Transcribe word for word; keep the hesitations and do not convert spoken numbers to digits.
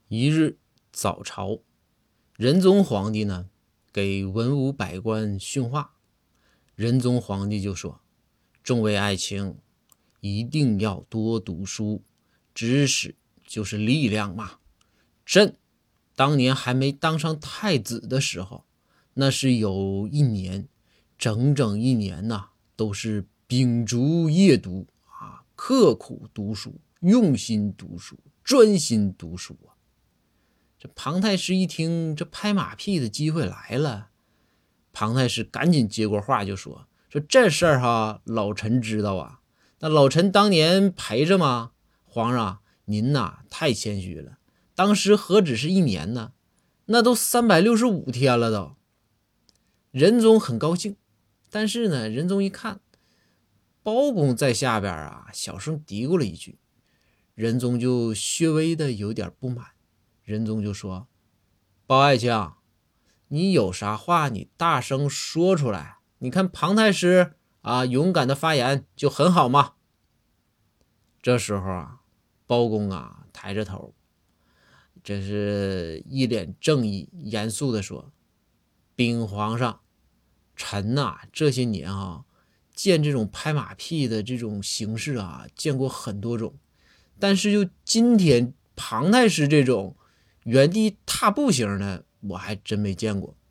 一日早朝，仁宗皇帝呢给文武百官训话。仁宗皇帝就说：众位爱卿，一定要多读书，知识就是力量嘛。朕当年还没当上太子的时候，那是有一年，整整一年呐、啊，都是秉烛夜读啊，刻苦读书，用心读书，专心读书啊。这庞太师一听这拍马屁的机会来了，庞太师赶紧接过话就说：说这事儿哈，老臣知道啊。那老臣当年陪着吗？皇上您呐太谦虚了，当时何止是一年呢，那都三百六十五天了都。仁宗很高兴，但是呢，仁宗一看包公在下边啊，小声嘀咕了一句，仁宗就略微的有点不满。仁宗就说：包爱卿，你有啥话你大声说出来，你看庞太师啊勇敢的发言就很好嘛。这时候啊，包公啊抬着头，这是一脸正义严肃的说：禀皇上，臣呐、啊、这些年啊见这种拍马屁的这种形式啊见过很多种，但是就今天庞太师这种原地踏步型的我还真没见过。